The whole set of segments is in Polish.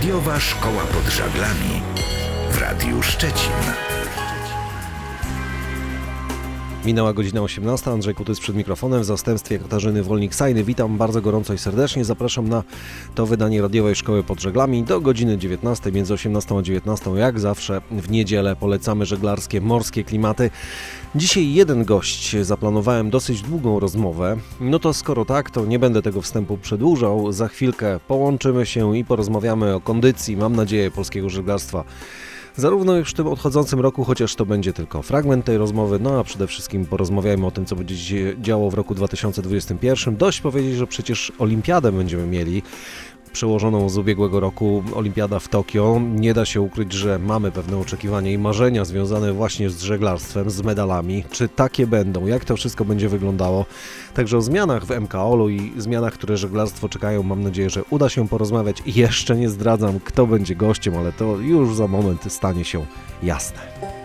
Radiowa Szkoła pod Żaglami w Radiu Szczecin. Minęła godzina 18, Andrzej Kutys przed mikrofonem w zastępstwie Katarzyny Wolnik-Sajny. Witam bardzo gorąco i serdecznie. Zapraszam na to wydanie Radiowej Szkoły pod Żaglami do godziny 19, między 18 a 19, jak zawsze w niedzielę polecamy żeglarskie, morskie klimaty. Dzisiaj jeden gość, zaplanowałem dosyć długą rozmowę. No to skoro tak, to nie będę tego wstępu przedłużał. Za chwilkę połączymy się i porozmawiamy o kondycji, mam nadzieję, polskiego żeglarstwa. Zarówno już w tym odchodzącym roku, chociaż to będzie tylko fragment tej rozmowy, no a przede wszystkim porozmawiajmy o tym, co będzie się działo w roku 2021. Dość powiedzieć, że przecież olimpiadę będziemy mieli, przełożoną z ubiegłego roku, olimpiada w Tokio. Nie da się ukryć, że mamy pewne oczekiwania i marzenia związane właśnie z żeglarstwem, z medalami. Czy takie będą? Jak to wszystko będzie wyglądało? Także o zmianach w MKOL-u i zmianach, które żeglarstwo czekają, mam nadzieję, że uda się porozmawiać. Jeszcze nie zdradzam, kto będzie gościem, ale to już za moment stanie się jasne.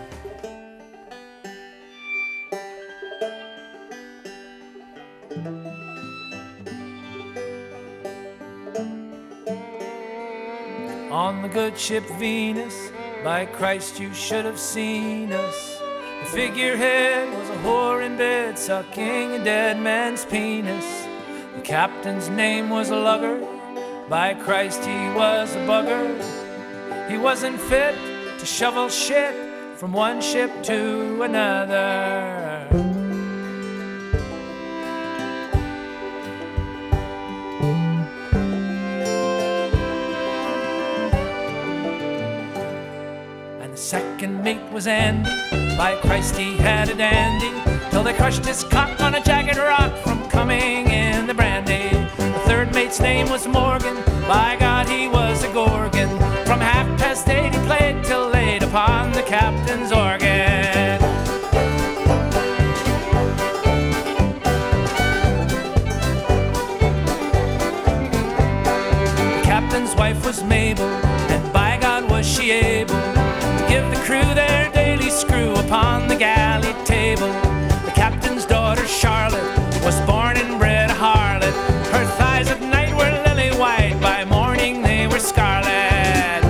On the good ship Venus, by Christ you should have seen us. The figurehead was a whore in bed, sucking a dead man's penis. The captain's name was a lugger, by Christ he was a bugger. He wasn't fit to shovel shit from one ship to another. Second mate was Andy, by Christ he had a dandy, till they crushed his cock on a jagged rock from coming in the brandy. The third mate's name was Morgan, by God he was a gorgon. From 8:30 he played till late upon the captain's organ. The captain's wife was Mabel, and by God was she able give the crew their daily screw upon the galley table. The captain's daughter Charlotte was born and bred a harlot. Her thighs at night were lily white, by morning they were scarlet.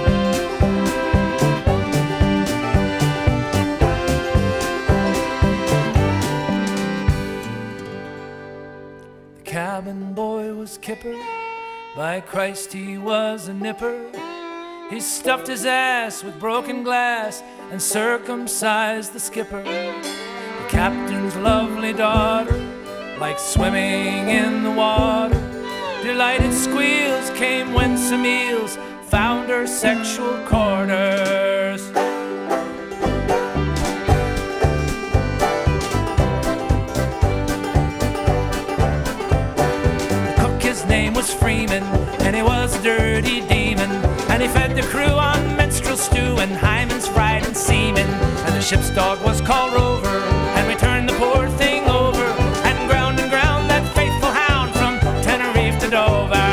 The cabin boy was Kipper, by Christ he was a nipper. He stuffed his ass with broken glass and circumcised the skipper. The captain's lovely daughter liked swimming in the water. Delighted squeals came when some eels found her sexual quarters. The cook, his name was Freeman, and he was a dirty demon. And he fed the crew on minstrel stew and Hyman's fried and seamen. And the ship's dog was called Rover, and we turned the poor thing over and ground that faithful hound from Tenerife to Dover.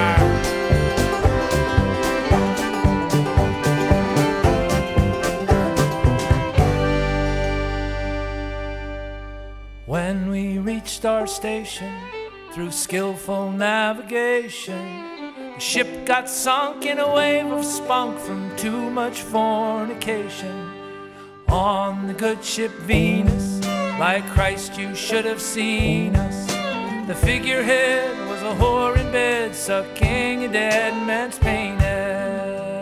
When we reached our station, through skillful navigation, the ship got sunk in a wave of spunk from too much fornication. On the good ship Venus, by Christ you should have seen us. The figurehead was a whore in bed, sucking a dead man's penis.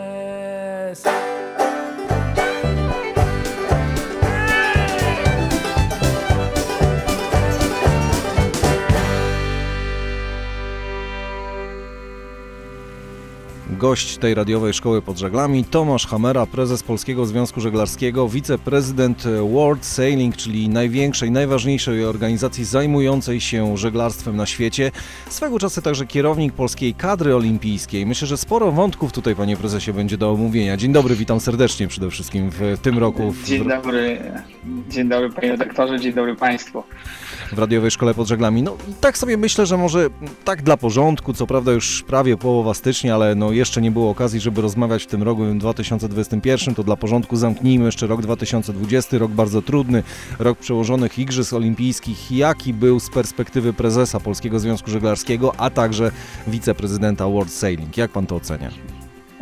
Gość tej radiowej szkoły pod żaglami, Tomasz Hamera, prezes Polskiego Związku Żeglarskiego, wiceprezydent World Sailing, czyli największej, najważniejszej organizacji zajmującej się żeglarstwem na świecie. Swego czasu także kierownik polskiej kadry olimpijskiej. Myślę, że sporo wątków tutaj, panie prezesie, będzie do omówienia. Dzień dobry, witam serdecznie przede wszystkim w tym roku. Dzień dobry panie redaktorze, dzień dobry państwu. W radiowej szkole pod żaglami. No tak sobie myślę, że może tak dla porządku, co prawda już prawie połowa stycznia, ale no jeszcze nie było okazji, żeby rozmawiać w tym roku 2021, to dla porządku zamknijmy jeszcze rok 2020, rok bardzo trudny, rok przełożonych Igrzysk Olimpijskich. Jaki był z perspektywy prezesa Polskiego Związku Żeglarskiego, a także wiceprezydenta World Sailing? Jak pan to ocenia?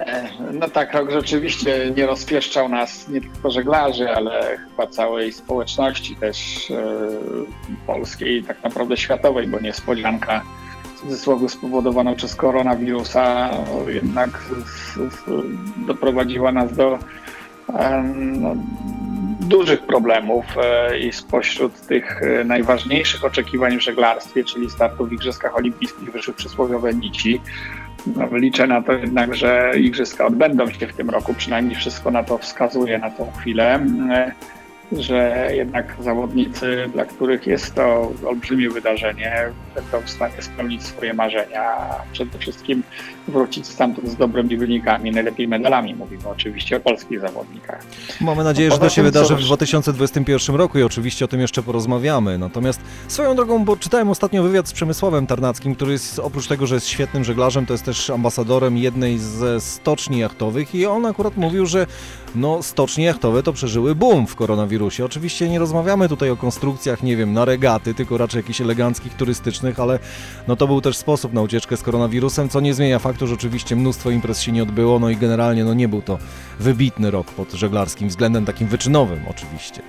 No tak, rok rzeczywiście nie rozpieszczał nas, nie tylko żeglarzy, ale chyba całej społeczności też polskiej, tak naprawdę światowej, bo niespodzianka w cudzysłowie spowodowana przez koronawirusa jednak doprowadziła nas do dużych problemów i spośród tych najważniejszych oczekiwań w żeglarstwie, czyli startu w Igrzyskach Olimpijskich, wyszły przysłowiowe nici. Liczę na to jednak, że Igrzyska odbędą się w tym roku, przynajmniej wszystko na to wskazuje na tą chwilę, że jednak zawodnicy, dla których jest to olbrzymie wydarzenie, będą w stanie spełnić swoje marzenia, a przede wszystkim wrócić stamtąd z dobrymi wynikami, najlepiej medalami. Mówimy oczywiście o polskich zawodnikach. Mamy nadzieję, że to się wydarzy w 2021 roku i oczywiście o tym jeszcze porozmawiamy. Natomiast swoją drogą, bo czytałem ostatnio wywiad z Przemysławem Tarnackim, który jest, oprócz tego, że jest świetnym żeglarzem, to jest też ambasadorem jednej ze stoczni jachtowych i on akurat mówił, że stocznie jachtowe to przeżyły boom w koronawirusie. Oczywiście nie rozmawiamy tutaj o konstrukcjach, nie wiem, na regaty, tylko raczej jakichś eleganckich, turystycznych, ale to był też sposób na ucieczkę z koronawirusem, co nie zmienia faktu, że oczywiście mnóstwo imprez się nie odbyło, i generalnie nie był to wybitny rok pod żeglarskim względem takim wyczynowym oczywiście.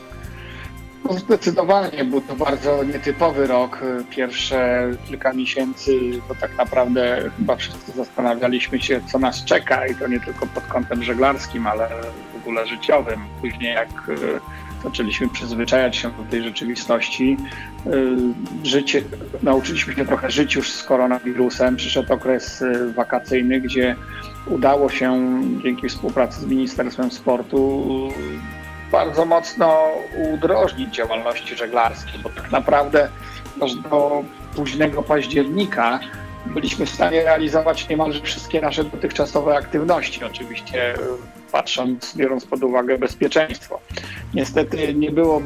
Zdecydowanie był to bardzo nietypowy rok. Pierwsze kilka miesięcy to tak naprawdę chyba wszyscy zastanawialiśmy się, co nas czeka i to nie tylko pod kątem żeglarskim, ale w ogóle życiowym. Później jak zaczęliśmy przyzwyczajać się do tej rzeczywistości, nauczyliśmy się trochę żyć już z koronawirusem. Przyszedł okres wakacyjny, gdzie udało się dzięki współpracy z Ministerstwem Sportu bardzo mocno udrożnić działalności żeglarskie, bo tak naprawdę aż do późnego października byliśmy w stanie realizować niemalże wszystkie nasze dotychczasowe aktywności, oczywiście biorąc pod uwagę bezpieczeństwo. Niestety nie była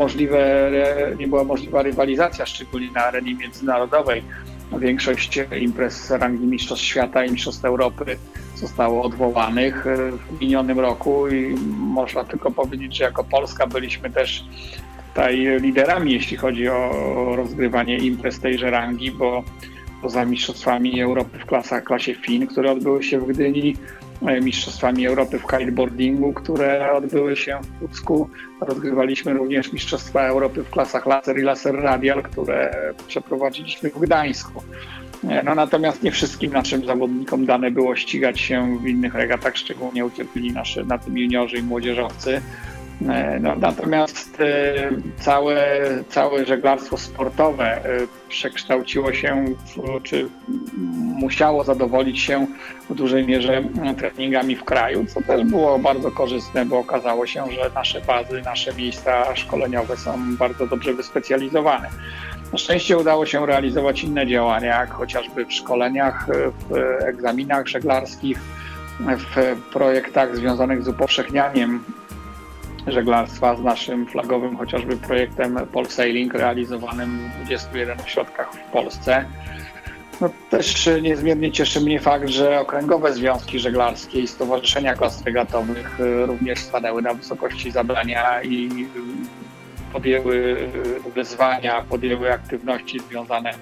możliwa rywalizacja, szczególnie na arenie międzynarodowej. Większość imprez rangi Mistrzostw Świata i Mistrzostw Europy zostało odwołanych w minionym roku i można tylko powiedzieć, że jako Polska byliśmy też tutaj liderami, jeśli chodzi o rozgrywanie imprez tejże rangi, bo poza Mistrzostwami Europy w klasie FIN, które odbyły się w Gdyni, Mistrzostwami Europy w kiteboardingu, które odbyły się w Pucku, rozgrywaliśmy również Mistrzostwa Europy w klasach laser i laser radial, które przeprowadziliśmy w Gdańsku. Natomiast nie wszystkim naszym zawodnikom dane było ścigać się w innych regatach, szczególnie ucierpieli na tym juniorzy i młodzieżowcy. Natomiast całe żeglarstwo sportowe przekształciło się czy musiało zadowolić się w dużej mierze treningami w kraju, co też było bardzo korzystne, bo okazało się, że nasze bazy, nasze miejsca szkoleniowe są bardzo dobrze wyspecjalizowane. Na szczęście udało się realizować inne działania, jak chociażby w szkoleniach, w egzaminach żeglarskich, w projektach związanych z upowszechnianiem żeglarstwa, z naszym flagowym chociażby projektem Polsailing realizowanym w 21 ośrodkach w Polsce. Też niezmiernie cieszy mnie fakt, że okręgowe związki żeglarskie i stowarzyszenia klas regatowych również stanęły na wysokości zadania i podjęły wyzwania, podjęły aktywności związane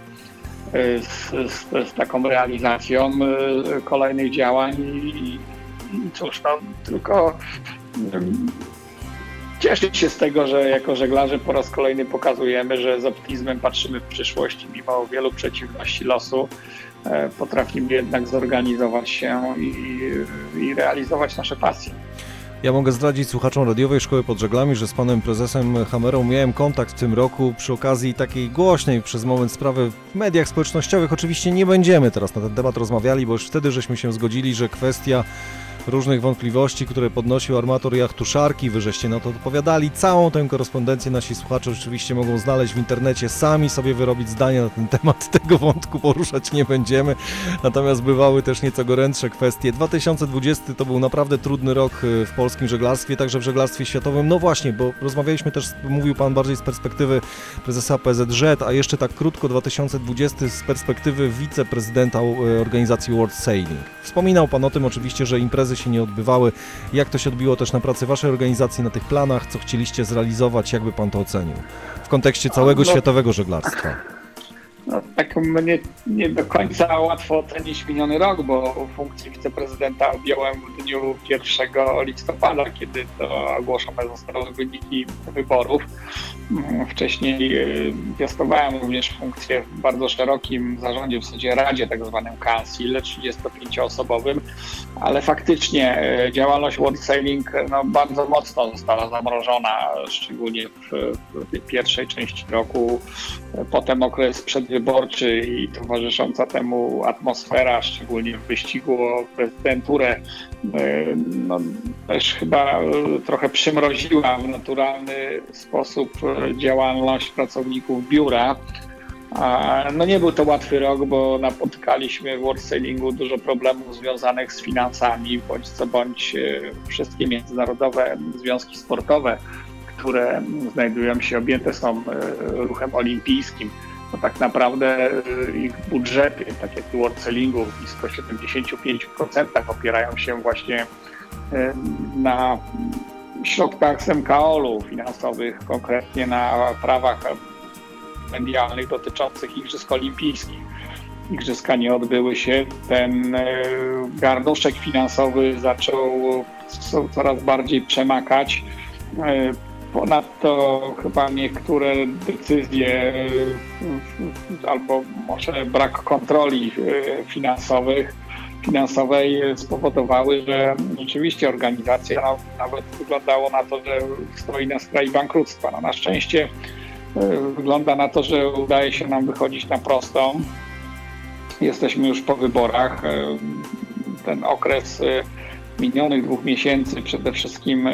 z taką realizacją kolejnych działań i cóż, tylko cieszyć się z tego, że jako żeglarze po raz kolejny pokazujemy, że z optymizmem patrzymy w przyszłość i mimo wielu przeciwności losu potrafimy jednak zorganizować się i realizować nasze pasje. Ja mogę zdradzić słuchaczom radiowej Szkoły pod Żeglami, że z panem prezesem Hamerą miałem kontakt w tym roku przy okazji takiej głośnej przez moment sprawy w mediach społecznościowych. Oczywiście nie będziemy teraz na ten temat rozmawiali, bo już wtedy żeśmy się zgodzili, że kwestia różnych wątpliwości, które podnosił armator jachtu Szarki, wy żeście na to odpowiadali. Całą tę korespondencję nasi słuchacze oczywiście mogą znaleźć w internecie, sami sobie wyrobić zdanie na ten temat, tego wątku poruszać nie będziemy. Natomiast bywały też nieco gorętsze kwestie. 2020 to był naprawdę trudny rok w polskim żeglarstwie, także w żeglarstwie światowym. No właśnie, bo rozmawialiśmy też, mówił pan bardziej z perspektywy prezesa PZŻ, a jeszcze tak krótko 2020 z perspektywy wiceprezydenta organizacji World Sailing. Wspominał pan o tym oczywiście, że imprezy się nie odbywały. Jak to się odbiło też na pracy waszej organizacji, na tych planach, co chcieliście zrealizować, jakby pan to ocenił w kontekście całego światowego żeglarstwa? No, tak mnie nie do końca łatwo ocenić miniony rok, bo funkcję wiceprezydenta objąłem w dniu 1 listopada, kiedy to ogłoszone zostały wyniki wyborów. Wcześniej piastowałem również funkcję w bardzo szerokim zarządzie, w zasadzie radzie, tak zwanym council, 35-osobowym, ale faktycznie działalność World Sailing bardzo mocno została zamrożona, szczególnie w tej pierwszej części roku. Potem okres przedwyborczy i towarzysząca temu atmosfera, szczególnie w wyścigu o prezydenturę, też chyba trochę przymroziła w naturalny sposób działalność pracowników biura. Nie był to łatwy rok, bo napotykaliśmy w World Sailingu dużo problemów związanych z finansami, bądź co bądź wszystkie międzynarodowe związki sportowe, które znajdują się, objęte są ruchem olimpijskim. To tak naprawdę ich budżety, tak jak w World Sailingu, blisko 75% opierają się właśnie na środkach z MKOL-u finansowych, konkretnie na prawach medialnych dotyczących Igrzysk Olimpijskich. Igrzyska nie odbyły się, ten garnuszek finansowy zaczął coraz bardziej przemakać. Ponadto chyba niektóre decyzje albo może brak kontroli finansowej spowodowały, że rzeczywiście organizacja nawet wyglądało na to, że stoi na skraju bankructwa. Na szczęście wygląda na to, że udaje się nam wychodzić na prostą. Jesteśmy już po wyborach. Ten okres minionych 2 miesięcy przede wszystkim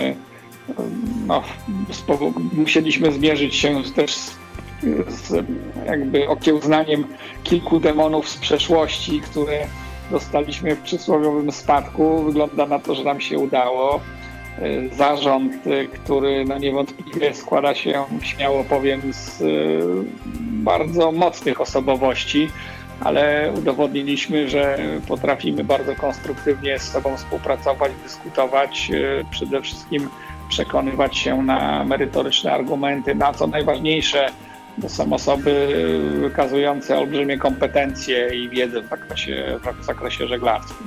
musieliśmy zmierzyć się też z jakby okiełznaniem kilku demonów z przeszłości, które dostaliśmy w przysłowiowym spadku. Wygląda na to, że nam się udało. Zarząd, który niewątpliwie składa się, śmiało powiem, z bardzo mocnych osobowości, ale udowodniliśmy, że potrafimy bardzo konstruktywnie z sobą współpracować, dyskutować, przede wszystkim przekonywać się na merytoryczne argumenty, na co najważniejsze, to są osoby wykazujące olbrzymie kompetencje i wiedzę w zakresie żeglarskim.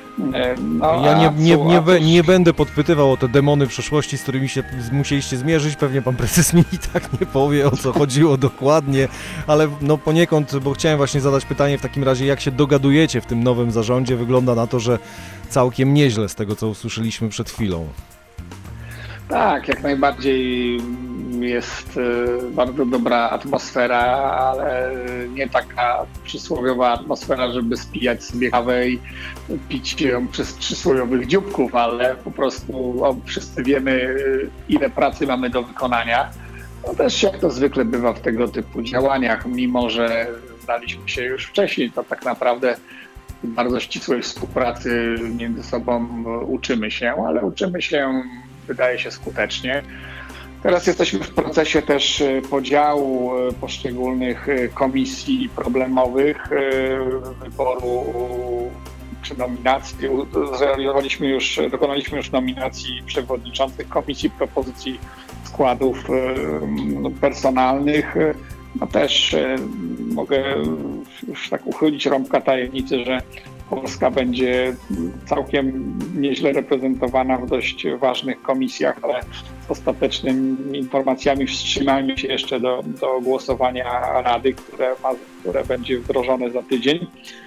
Nie będę podpytywał o te demony przeszłości, z którymi się musieliście zmierzyć. Pewnie pan prezes mi i tak nie powie, o co chodziło dokładnie, ale poniekąd, bo chciałem właśnie zadać pytanie w takim razie, jak się dogadujecie w tym nowym zarządzie? Wygląda na to, że całkiem nieźle z tego, co usłyszeliśmy przed chwilą. Tak, jak najbardziej jest bardzo dobra atmosfera, ale nie taka przysłowiowa atmosfera, żeby spijać sobie kawę i pić ją przez przysłowiowych dzióbków, ale po prostu wszyscy wiemy, ile pracy mamy do wykonania. Też jak to zwykle bywa w tego typu działaniach, mimo że znaliśmy się już wcześniej, to tak naprawdę w bardzo ścisłej współpracy między sobą uczymy się, ale uczymy się, wydaje się, skutecznie. Teraz jesteśmy w procesie też podziału poszczególnych komisji problemowych, wyboru czy nominacji. Dokonaliśmy już nominacji przewodniczących komisji, propozycji składów personalnych. Też mogę już tak uchylić rąbka tajemnicy, że Polska będzie całkiem nieźle reprezentowana w dość ważnych komisjach, ale z ostatecznymi informacjami wstrzymajmy się jeszcze do głosowania Rady, które będzie wdrożone za tydzień.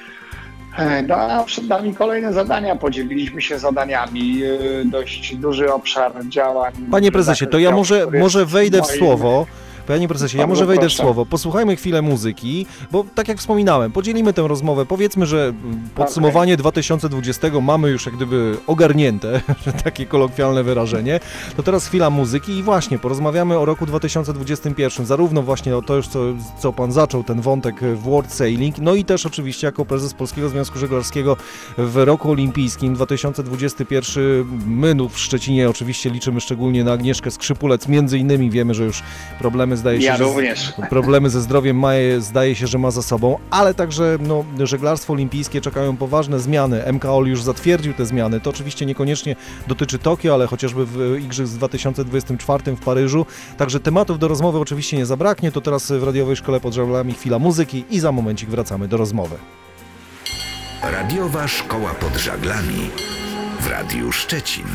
A przed nami kolejne zadania. Podzieliliśmy się zadaniami. Dość duży obszar działań. Panie prezesie, to ja może wejdę w słowo. Panie prezesie, ja może wejdę w słowo. Posłuchajmy chwilę muzyki, bo tak jak wspominałem, podzielimy tę rozmowę. Powiedzmy, że podsumowanie 2020 mamy już jak gdyby ogarnięte, takie kolokwialne wyrażenie. To teraz chwila muzyki i właśnie porozmawiamy o roku 2021. Zarówno właśnie o to już, co pan zaczął, ten wątek w World Sailing, no i też oczywiście jako prezes Polskiego Związku Żeglarskiego w roku olimpijskim 2021. My w Szczecinie oczywiście liczymy szczególnie na Agnieszkę Skrzypulec. Między innymi wiemy, że już problemy problemy ze zdrowiem zdaje się, że ma za sobą, ale także żeglarstwo olimpijskie czekają poważne zmiany. MKOL już zatwierdził te zmiany. To oczywiście niekoniecznie dotyczy Tokio, ale chociażby w Igrzysk w 2024 w Paryżu. Także tematów do rozmowy oczywiście nie zabraknie. To teraz w Radiowej Szkole pod Żaglami chwila muzyki i za momencik wracamy do rozmowy. Radiowa Szkoła pod Żaglami w Radiu Szczecin.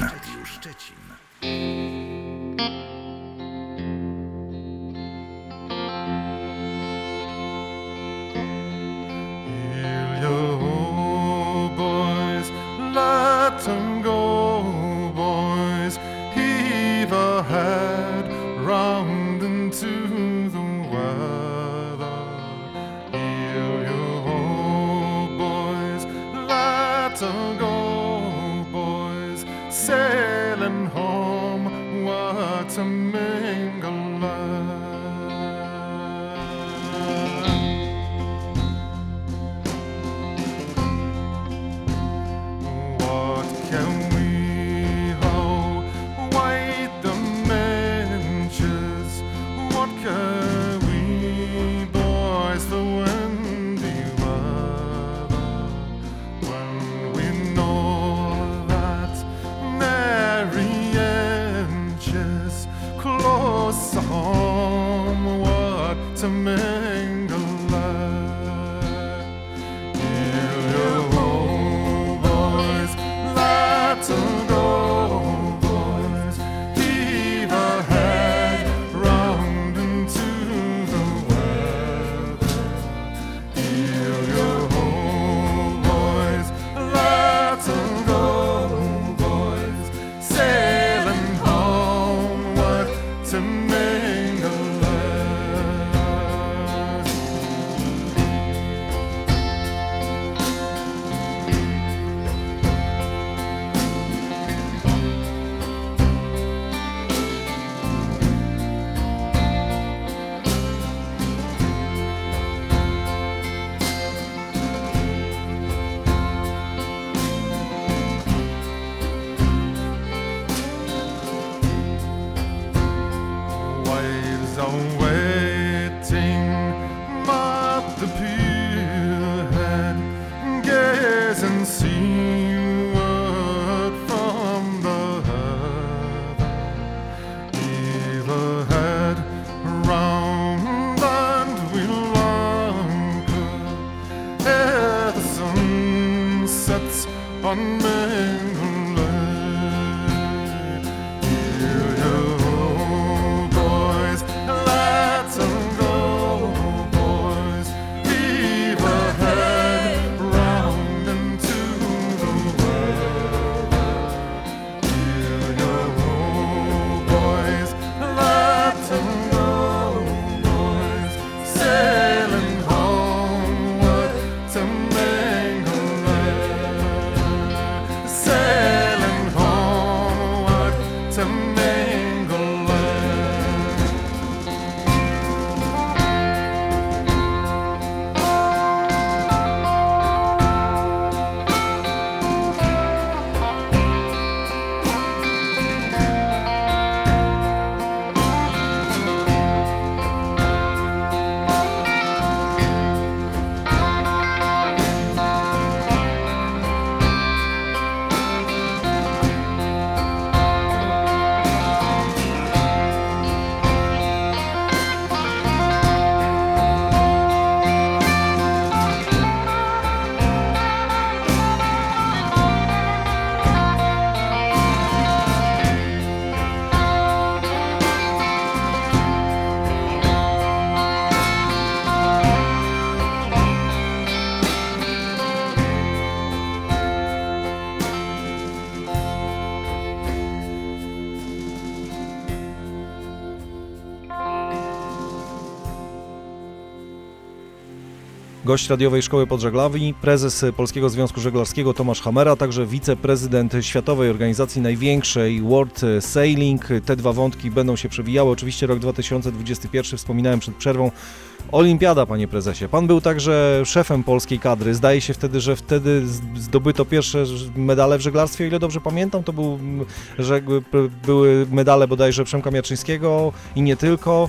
Gość Radiowej Szkoły pod Żaglami, prezes Polskiego Związku Żeglarskiego Tomasz Hamera, także wiceprezydent Światowej Organizacji największej World Sailing. Te dwa wątki będą się przewijały. Oczywiście rok 2021, wspominałem przed przerwą, olimpiada, panie prezesie. Pan był także szefem polskiej kadry. Zdaje się że wtedy zdobyto pierwsze medale w żeglarstwie, o ile dobrze pamiętam. To były medale bodajże Przemka Miaczyńskiego i nie tylko.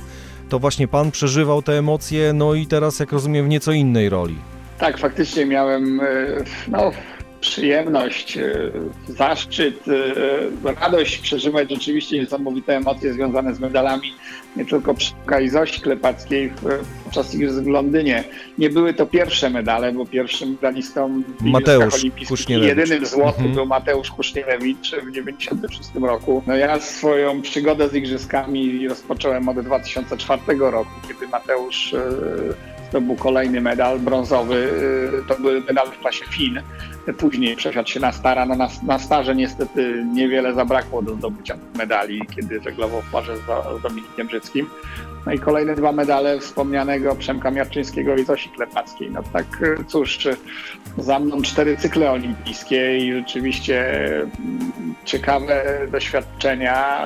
to właśnie pan przeżywał te emocje, no i teraz, jak rozumiem, w nieco innej roli. Tak, faktycznie miałem przyjemność, zaszczyt, radość przeżywać rzeczywiście niesamowite emocje związane z medalami, nie tylko przy okazji Zosi Klepackiej podczas igrzysk w Londynie. Nie były to pierwsze medale, bo pierwszym medalistą w Igrzyskach Olimpijskich i jedynym złotym był Mateusz Kuszniewicz w 1996 roku. No ja swoją przygodę z igrzyskami rozpocząłem od 2004 roku, kiedy Mateusz zdobył kolejny medal brązowy. To były medale w klasie FIN. Później przesiadł się na stara. No na starze niestety niewiele zabrakło do zdobycia medali, kiedy żeglował w parze z Dominikiem Brzyckim. No i kolejne 2 medale wspomnianego Przemka Miarczyńskiego i Zosi Klepackiej. No tak cóż, za mną 4 cykle olimpijskie i rzeczywiście ciekawe doświadczenia.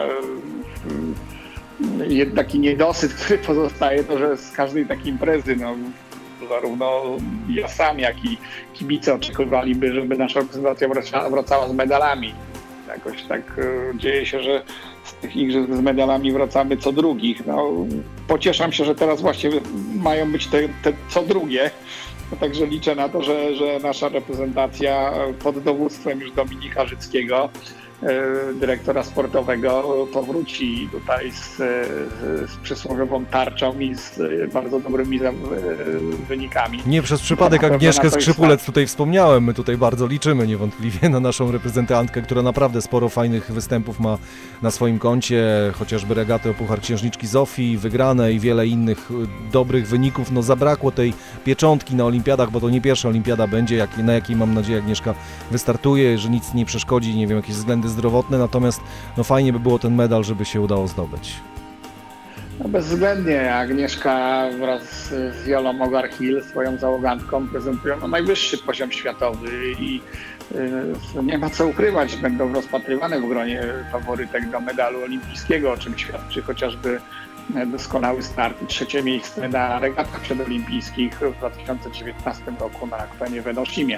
Taki niedosyt, który pozostaje, to że z każdej takiej imprezy, zarówno ja sam, jak i kibice oczekiwaliby, żeby nasza reprezentacja wracała z medalami. Jakoś tak dzieje się, że z tych igrzysk z medalami wracamy co drugich. Pocieszam się, że teraz właśnie mają być te co drugie. Także liczę na to, że nasza reprezentacja pod dowództwem już Dominika Życkiego, dyrektora sportowego, powróci tutaj z przysłowiową tarczą i z bardzo dobrymi wynikami. Nie przez przypadek Agnieszkę Skrzypulec tutaj wspomniałem. My tutaj bardzo liczymy niewątpliwie na naszą reprezentantkę, która naprawdę sporo fajnych występów ma na swoim koncie, chociażby regaty o Puchar Księżniczki Zofii, wygrane i wiele innych dobrych wyników. Zabrakło tej pieczątki na olimpiadach, bo to nie pierwsza olimpiada będzie, na jakiej mam nadzieję Agnieszka wystartuje, że nic nie przeszkodzi, nie wiem, jakieś względy zdrowotne, natomiast fajnie by było ten medal, żeby się udało zdobyć. Bezwzględnie Agnieszka wraz z Jolą Ogar-Hill, swoją załogantką, prezentują najwyższy poziom światowy i nie ma co ukrywać, będą rozpatrywane w gronie faworytek do medalu olimpijskiego, o czym świadczy chociażby doskonały start i 3. miejsce na regatach przedolimpijskich w 2019 roku na Akwenie w Enoshimie.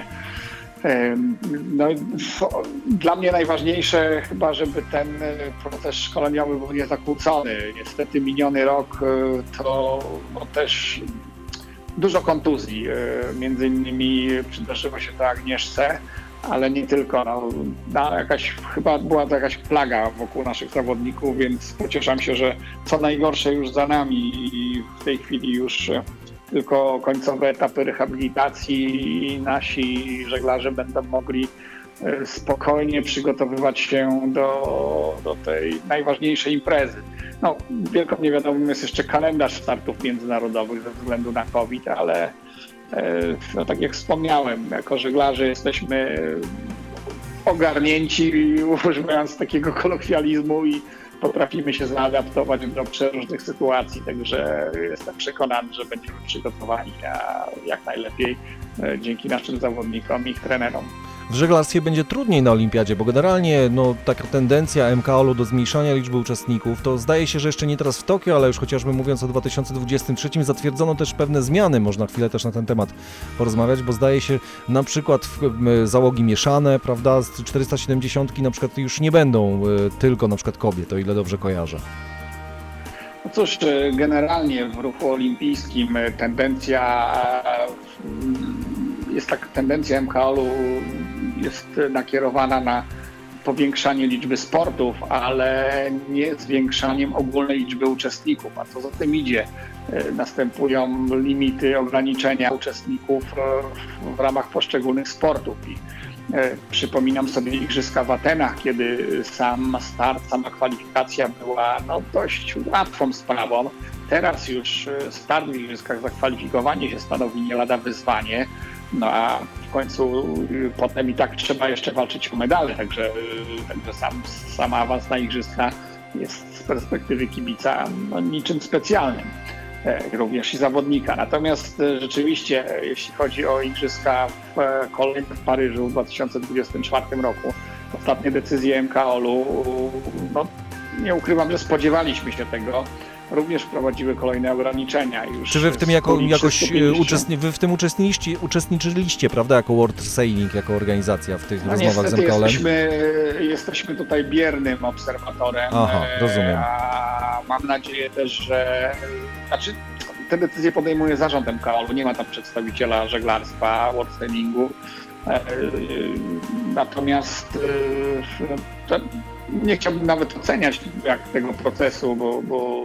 Dla mnie najważniejsze chyba, żeby ten proces szkoleniowy był niezakłócony. Niestety miniony rok to też dużo kontuzji. Między innymi przydarzyło się to Agnieszce, ale nie tylko. Chyba była to jakaś plaga wokół naszych zawodników, więc pocieszam się, że co najgorsze już za nami i w tej chwili już tylko końcowe etapy rehabilitacji i nasi żeglarze będą mogli spokojnie przygotowywać się do tej najważniejszej imprezy. Wielką niewiadomą jest jeszcze kalendarz startów międzynarodowych ze względu na COVID, ale tak jak wspomniałem, jako żeglarze jesteśmy ogarnięci, używając takiego kolokwializmu, i potrafimy się zaadaptować do przeróżnych sytuacji, także jestem przekonany, że będziemy przygotowani jak najlepiej dzięki naszym zawodnikom i ich trenerom. W żeglarstwie będzie trudniej na olimpiadzie, bo generalnie taka tendencja MKOL-u do zmniejszania liczby uczestników, to zdaje się, że jeszcze nie teraz w Tokio, ale już chociażby mówiąc o 2023 zatwierdzono też pewne zmiany, można chwilę też na ten temat porozmawiać, bo zdaje się na przykład załogi mieszane, prawda, z 470 na przykład już nie będą tylko na przykład kobiet, o ile dobrze kojarzę. Cóż, generalnie w ruchu olimpijskim tendencja MKOL-u jest nakierowana na powiększanie liczby sportów, ale nie zwiększaniem ogólnej liczby uczestników. A co za tym idzie? Następują limity, ograniczenia uczestników w ramach poszczególnych sportów. I przypominam sobie igrzyska w Atenach, kiedy sam start, sama kwalifikacja była dość łatwą sprawą. Teraz już start w igrzyskach, zakwalifikowanie się stanowi nie lada wyzwanie. A w końcu potem i tak trzeba jeszcze walczyć o medale, także sam awans na igrzyska jest z perspektywy kibica niczym specjalnym, również i zawodnika. Natomiast rzeczywiście, jeśli chodzi o igrzyska kolejne w Paryżu w 2024 roku, ostatnie decyzje MKOL-u nie ukrywam, że spodziewaliśmy się tego, również wprowadziły kolejne ograniczenia. Już czy wy w tym wy w tym uczestniczyliście, prawda, jako World Sailing, jako organizacja w tych rozmowach z MKOL-em? Jesteśmy tutaj biernym obserwatorem. Aha, rozumiem. A mam nadzieję też, że... te decyzje podejmuje zarząd MKOL-u, nie ma tam przedstawiciela żeglarstwa, World Sailingu. Natomiast nie chciałbym nawet oceniać tego procesu, bo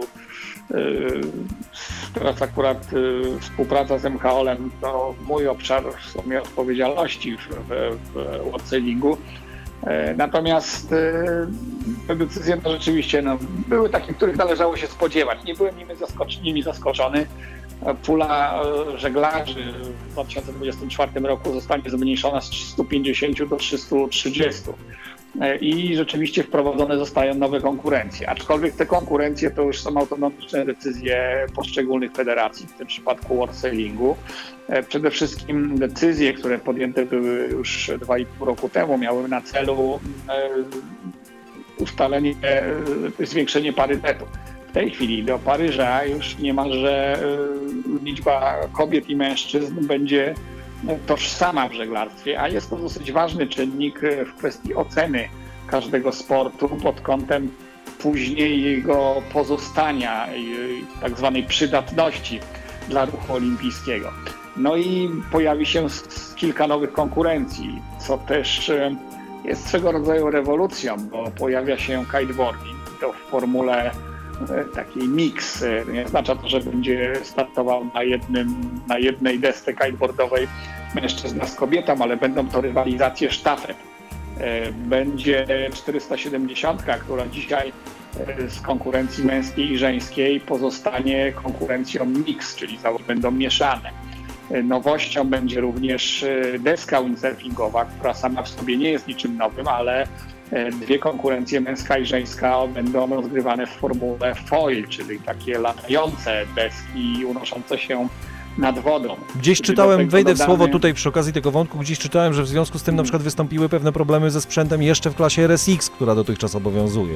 teraz akurat współpraca z MKOL-em to mój obszar w sumie odpowiedzialności w World Sailingu. Natomiast te decyzje rzeczywiście były takie, których należało się spodziewać. Nie byłem nimi zaskoczony. Pula żeglarzy w 2024 roku zostanie zmniejszona z 350 do 330 i rzeczywiście wprowadzone zostają nowe konkurencje. Aczkolwiek te konkurencje to już są autonomiczne decyzje poszczególnych federacji, w tym przypadku World Sailingu. Przede wszystkim decyzje, które podjęte były już 2,5 roku temu, miały na celu ustalenie, zwiększenie parytetu. W tej chwili do Paryża już niemalże liczba kobiet i mężczyzn będzie tożsama w żeglarstwie, a jest to dosyć ważny czynnik w kwestii oceny każdego sportu pod kątem późniejszego pozostania i tak zwanej przydatności dla ruchu olimpijskiego. No i pojawi się kilka nowych konkurencji, co też jest swego rodzaju rewolucją, bo pojawia się kiteboarding, to w formule takiej mix. Nie oznacza to, że będzie startował na jednej desce kiteboardowej mężczyzna z kobietą, ale będą to rywalizacje sztafet. Będzie 470, która dzisiaj z konkurencji męskiej i żeńskiej pozostanie konkurencją mix, czyli będą mieszane. Nowością będzie również deska windsurfingowa, która sama w sobie nie jest niczym nowym, ale dwie konkurencje, męska i żeńska, będą rozgrywane w formule foil, czyli takie latające deski unoszące się nad wodą. Gdzieś czytałem, wejdę w słowo tutaj przy okazji tego wątku, gdzieś czytałem, że w związku z tym na przykład wystąpiły pewne problemy ze sprzętem jeszcze w klasie RSX, która dotychczas obowiązuje.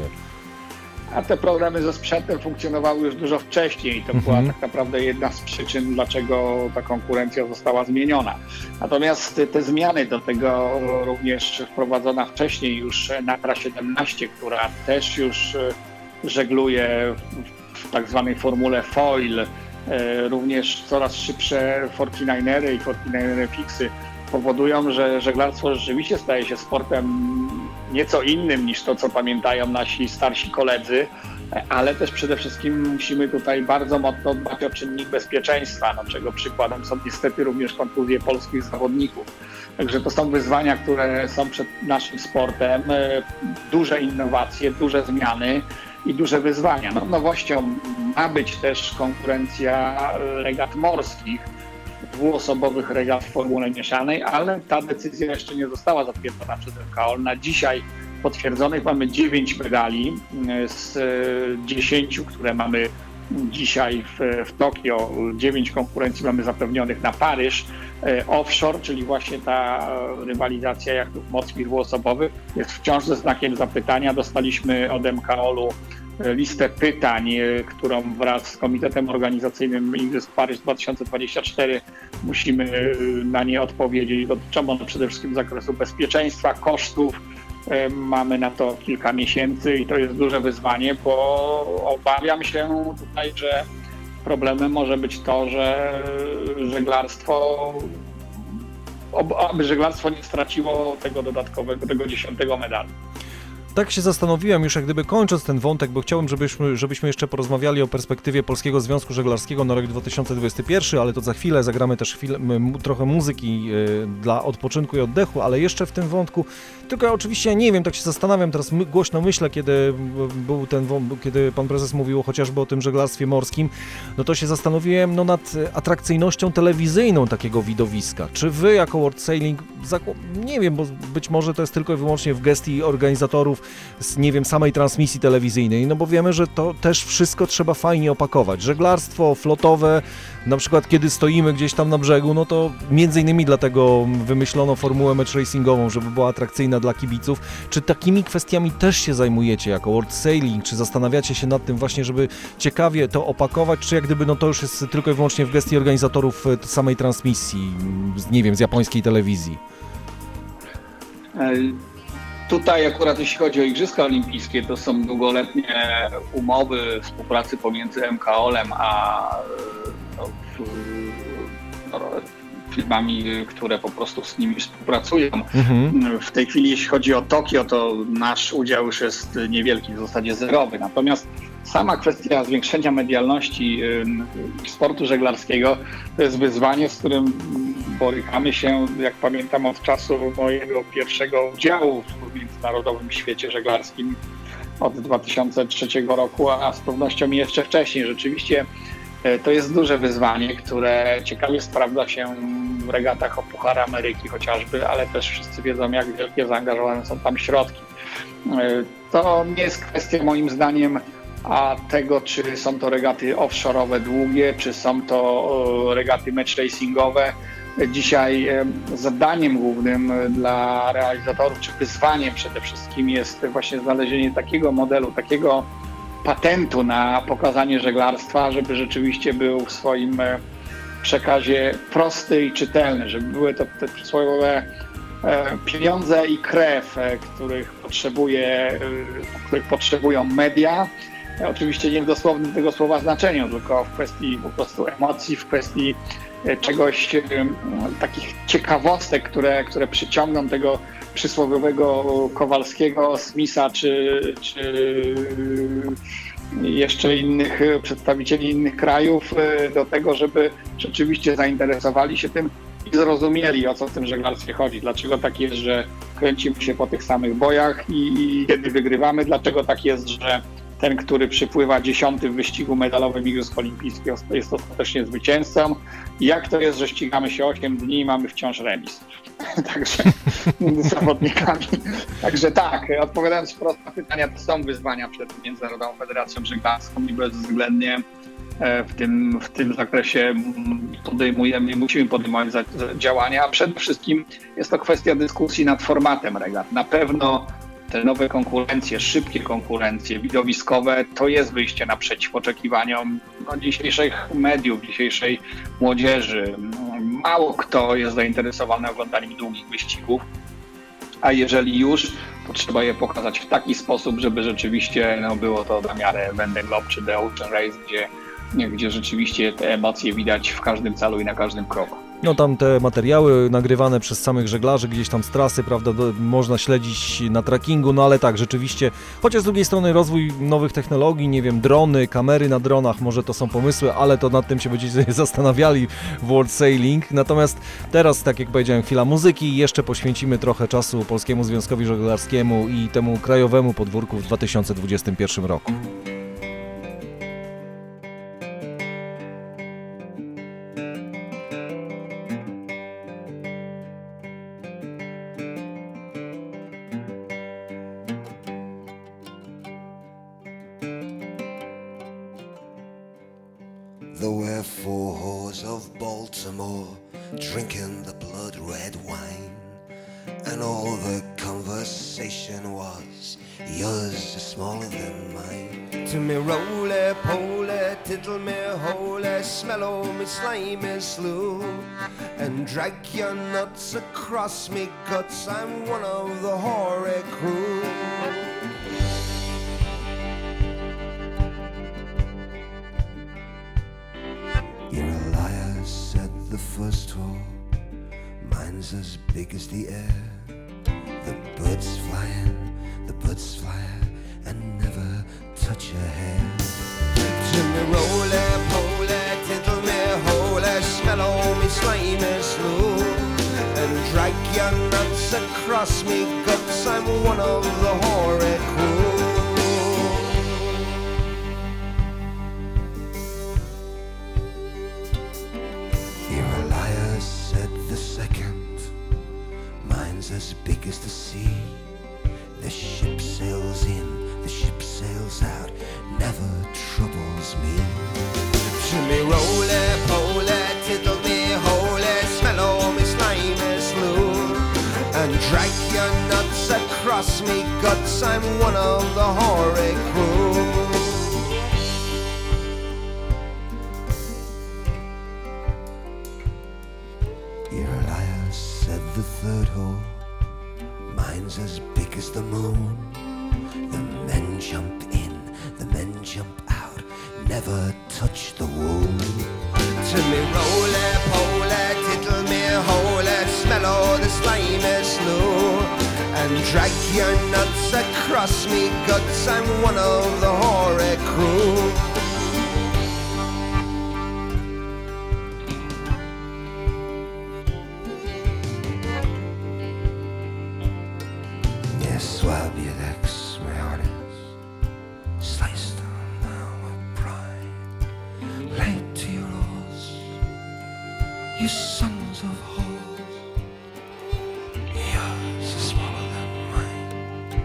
A te problemy ze sprzętem funkcjonowały już dużo wcześniej. To była tak naprawdę jedna z przyczyn, dlaczego ta konkurencja została zmieniona. Natomiast te zmiany do tego również wprowadzona wcześniej już Natra 17, która też już żegluje w tak zwanej formule foil, również coraz szybsze 49ery i 49ery fixy powodują, że żeglarstwo rzeczywiście staje się sportem nieco innym niż to, co pamiętają nasi starsi koledzy, ale też przede wszystkim musimy tutaj bardzo mocno dbać o czynnik bezpieczeństwa, czego przykładem są niestety również kontuzje polskich zawodników. Także to są wyzwania, które są przed naszym sportem, duże innowacje, duże zmiany i duże wyzwania. Nowością ma być też konkurencja regat morskich, dwuosobowych regat w formule mieszanej, ale ta decyzja jeszcze nie została zatwierdzona przez MKOL. Na dzisiaj potwierdzonych mamy 9 medali z 10, które mamy dzisiaj w Tokio. 9 konkurencji mamy zapewnionych na Paryż. Offshore, czyli właśnie ta rywalizacja jachtów morskich dwuosobowych, jest wciąż ze znakiem zapytania. Dostaliśmy od MKOL-u listę pytań, którą wraz z Komitetem Organizacyjnym Igrzysk Paryż 2024 musimy na nie odpowiedzieć. Dotyczą one przede wszystkim zakresu bezpieczeństwa, kosztów. Mamy na to kilka miesięcy i to jest duże wyzwanie, bo obawiam się tutaj, że problemem może być to, że aby żeglarstwo nie straciło tego dodatkowego, tego 10. medalu. Tak się zastanowiłem już jak gdyby kończąc ten wątek, bo chciałbym, żebyśmy jeszcze porozmawiali o perspektywie Polskiego Związku Żeglarskiego na rok 2021, ale to za chwilę zagramy też trochę muzyki dla odpoczynku i oddechu, ale jeszcze w tym wątku, tylko ja oczywiście nie wiem, tak się zastanawiam, teraz głośno myślę, kiedy pan prezes mówił chociażby o tym żeglarstwie morskim, no to się zastanowiłem nad atrakcyjnością telewizyjną takiego widowiska. Czy wy jako World Sailing, nie wiem, bo być może to jest tylko i wyłącznie w gestii organizatorów, nie wiem, samej transmisji telewizyjnej, no bo wiemy, że to też wszystko trzeba fajnie opakować. Żeglarstwo flotowe, na przykład kiedy stoimy gdzieś tam na brzegu, no to między innymi dlatego wymyślono formułę match racingową, żeby była atrakcyjna dla kibiców. Czy takimi kwestiami też się zajmujecie jako World Sailing? Czy zastanawiacie się nad tym właśnie, żeby ciekawie to opakować, czy jak gdyby no to już jest tylko i wyłącznie w gestii organizatorów samej transmisji, nie wiem, z japońskiej telewizji? Tutaj akurat jeśli chodzi o Igrzyska Olimpijskie, to są długoletnie umowy współpracy pomiędzy MKOL-em a firmami, które po prostu z nimi współpracują. W tej chwili jeśli chodzi o Tokio, to nasz udział już jest niewielki, w zasadzie zerowy. Natomiast sama kwestia zwiększenia medialności sportu żeglarskiego to jest wyzwanie, z którym borykamy się, jak pamiętam, od czasu mojego pierwszego udziału w międzynarodowym świecie żeglarskim od 2003 roku, a z pewnością jeszcze wcześniej. Rzeczywiście to jest duże wyzwanie, które ciekawie sprawdza się w regatach o Puchar Ameryki chociażby, ale też wszyscy wiedzą, jak wielkie zaangażowane są tam środki. To nie jest kwestia moim zdaniem tego, czy są to regaty offshore'owe długie, czy są to regaty match racingowe. Dzisiaj zadaniem głównym dla realizatorów, czy wyzwaniem przede wszystkim jest właśnie znalezienie takiego modelu, takiego patentu na pokazanie żeglarstwa, żeby rzeczywiście był w swoim przekazie prosty i czytelny, żeby były to te przysłowiowe pieniądze i krew, których potrzebują media. Oczywiście nie w dosłownym tego słowa znaczeniu, tylko w kwestii po prostu emocji, w kwestii czegoś, takich ciekawostek, które przyciągną tego przysłowiowego Kowalskiego, Smitha czy jeszcze innych przedstawicieli innych krajów do tego, żeby rzeczywiście zainteresowali się tym i zrozumieli, o co w tym żeglarstwie chodzi. Dlaczego tak jest, że kręcimy się po tych samych bojach i kiedy wygrywamy, dlaczego tak jest, że ten, który przypływa 10. w wyścigu medalowym Igrzysk Olimpijskich, jest ostatecznie zwycięzcą. Jak to jest, że ścigamy się 8 dni i mamy wciąż remis? Także między zawodnikami. Także tak, odpowiadając wprost na pytania, to są wyzwania przed Międzynarodową Federacją Żeglarską i bezwzględnie w tym zakresie musimy podejmować działania, a przede wszystkim jest to kwestia dyskusji nad formatem regat. Na pewno te nowe konkurencje, szybkie konkurencje widowiskowe to jest wyjście naprzeciw oczekiwaniom dzisiejszych mediów, dzisiejszej młodzieży. Mało kto jest zainteresowany oglądaniem długich wyścigów, a jeżeli już, to trzeba je pokazać w taki sposób, żeby rzeczywiście było to na miarę Vendée Globe czy The Ocean Race, gdzie rzeczywiście te emocje widać w każdym calu i na każdym kroku. No tam te materiały nagrywane przez samych żeglarzy gdzieś tam z trasy, prawda, można śledzić na trackingu, no ale tak, rzeczywiście, chociaż z drugiej strony rozwój nowych technologii, nie wiem, drony, kamery na dronach, może to są pomysły, ale to nad tym się będziecie zastanawiali w World Sailing. Natomiast teraz, tak jak powiedziałem, chwila muzyki, jeszcze poświęcimy trochę czasu Polskiemu Związkowi Żeglarskiemu i temu krajowemu podwórku w 2021 roku. There were 4 whores of Baltimore drinking the blood-red wine, and all the conversation was, yours is smaller than mine. To me roly-poly, tiddle me holy, smell o' me slimy slew, and drag your nuts across me guts, I'm one of the hoary crew. You're a liar, said the first whore. Mine's as big as the air. The birds fly and never touch your hair. To me roly-poly, tiddle me holy, smell o' me slimy slew, and drag your nuts across me guts, I'm one of the hoary crew. As big as the sea, the ship sailed me roly-poly, tickle me holy, smell all me slimy slime, and drag your nuts across me guts. I'm one of the hoary crew. You're a liar, said the third hole. Mine's as big as the moon. The men jump in, the men jump out, never touch the wound. To me roly-poly, tickle me holy, smell all the slimy slough, and drag your nuts across me guts. I'm one of the hoary crew. Swab your legs, my artists, slice them now with pride. Lay to your oars, you sons of hoes, yours is smaller than mine.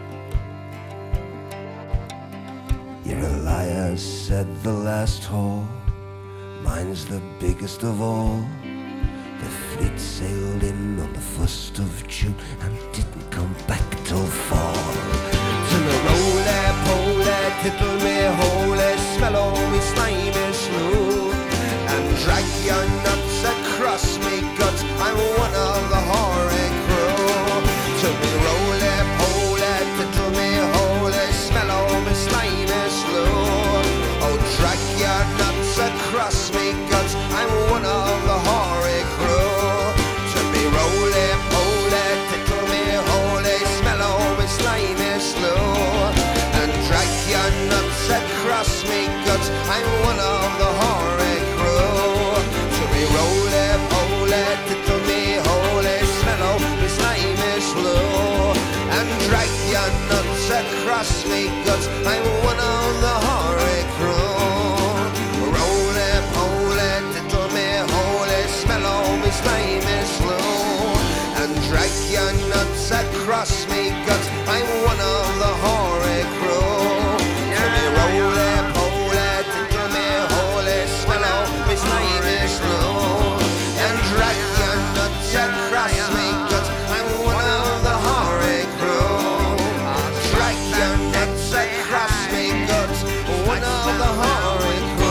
You're a liar, said the last whore. Mine's the biggest of all. The fleet sailed in on the 1st of June and didn't come back till fall. To me roly-poly, tickle me holy, smell all me slimy slough, and drag your nuts across me guts. I'm one of the hoary crew. To me roly-poly, tickle me holy, smell all me slimy slough, oh, drag your nuts across me guts. I'm one of the hoary crew. To me roly-poly, tickle me holy, smell all me slimy slough, and drag your nuts across me guts. I'm one of the hoary crew. To me roly-poly, tickle me holy, smell all me slimy slough, and drag your nuts across me guts. I'm one of the hoary crew. Roly-poly, tickle me holy, smell all me slimy slough, and drag your nuts across me guts. I'm one of the hoary crew. To me roly-poly, tickle me holy, smell all me slimy slough, and drag your nuts across me guts. I'm one of the hoary crew. Drag your nuts across me guts. One of the hoary crew.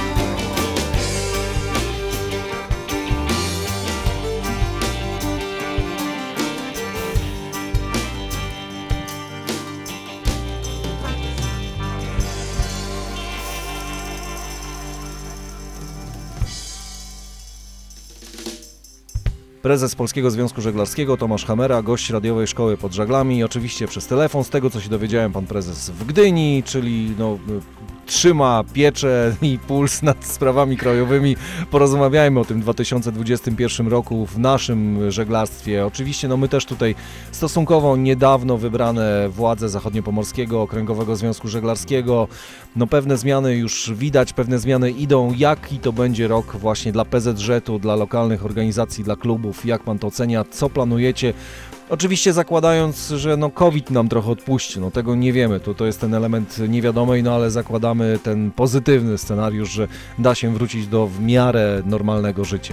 Prezes Polskiego Związku Żeglarskiego Tomasz Hamera, gość radiowej szkoły pod żaglami, oczywiście przez telefon. Z tego co się dowiedziałem, pan prezes w Gdyni, czyli trzyma pieczę i puls nad sprawami krajowymi. Porozmawiajmy o tym 2021 roku w naszym żeglarstwie. Oczywiście my też tutaj stosunkowo niedawno wybrane władze Zachodniopomorskiego Okręgowego Związku Żeglarskiego. Pewne zmiany już widać, pewne zmiany idą. Jaki to będzie rok właśnie dla PZŻ-u, dla lokalnych organizacji, dla klubów? Jak pan to ocenia? Co planujecie? Oczywiście zakładając, że COVID nam trochę odpuści, tego nie wiemy, to jest ten element niewiadomej, ale zakładamy ten pozytywny scenariusz, że da się wrócić do w miarę normalnego życia.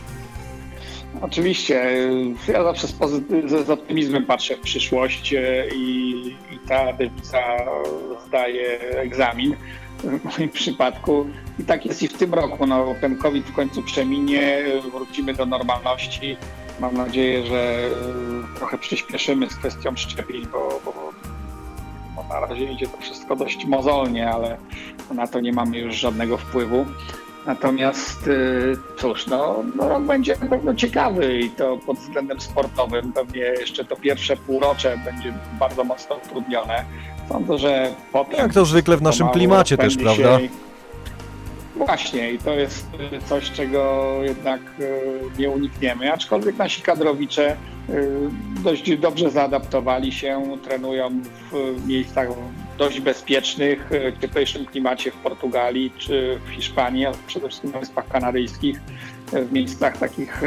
Oczywiście, ja zawsze z optymizmem patrzę w przyszłość i ta dewiza zdaje egzamin w moim przypadku. I tak jest i w tym roku. Ten COVID w końcu przeminie, wrócimy do normalności. Mam nadzieję, że trochę przyspieszymy z kwestią szczepień, bo na razie idzie to wszystko dość mozolnie, ale na to nie mamy już żadnego wpływu. Natomiast cóż, rok będzie na pewno ciekawy i to pod względem sportowym. Pewnie jeszcze to pierwsze półrocze będzie bardzo mocno utrudnione. Sądzę, że potem... Jak to zwykle w naszym klimacie też, prawda? Właśnie i to jest coś, czego jednak nie unikniemy, aczkolwiek nasi kadrowicze dość dobrze zaadaptowali się, trenują w miejscach dość bezpiecznych, w cieplejszym klimacie w Portugalii czy w Hiszpanii, a przede wszystkim na Wyspach Kanaryjskich, w miejscach takich,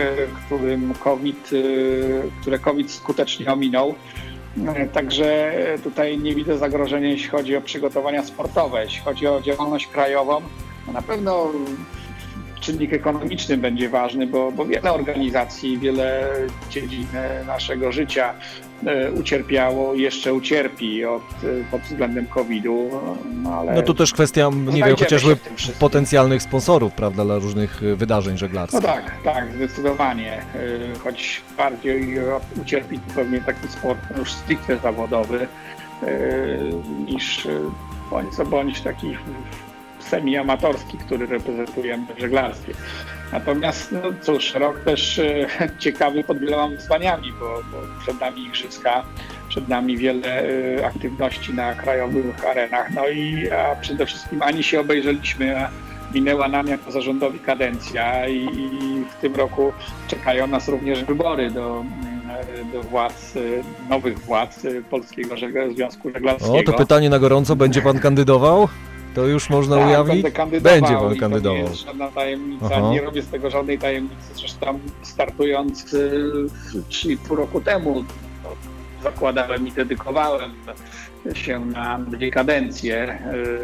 które COVID skutecznie ominął. Także tutaj nie widzę zagrożenia, jeśli chodzi o przygotowania sportowe. Jeśli chodzi o działalność krajową, Na pewno czynnik ekonomiczny będzie ważny, bo wiele organizacji, wiele dziedzin naszego życia ucierpiało i jeszcze ucierpi pod względem COVID-u. Ale No tu też kwestia, nie wiem, chociażby potencjalnych sponsorów, prawda, dla różnych wydarzeń żeglarskich. No tak, zdecydowanie. Choć bardziej ucierpi pewnie taki sport już stricte zawodowy niż bądź co bądź taki semi-amatorski, który reprezentujemy w żeglarstwie. Natomiast, no cóż, rok też ciekawy pod wieloma wyzwaniami, bo przed nami igrzyska, przed nami wiele aktywności na krajowych arenach, a przede wszystkim ani się obejrzeliśmy, a minęła nam jako zarządowi kadencja i w tym roku czekają nas również wybory do władz, nowych władz Polskiego Związku Żeglarskiego. O, to pytanie na gorąco, będzie pan kandydował? To już można ujawnić? Będzie pan kandydował. To nie jest żadna tajemnica, nie robię z tego żadnej tajemnicy. Zresztą startując 3,5 roku temu zakładałem i dedykowałem się na 2 kadencje,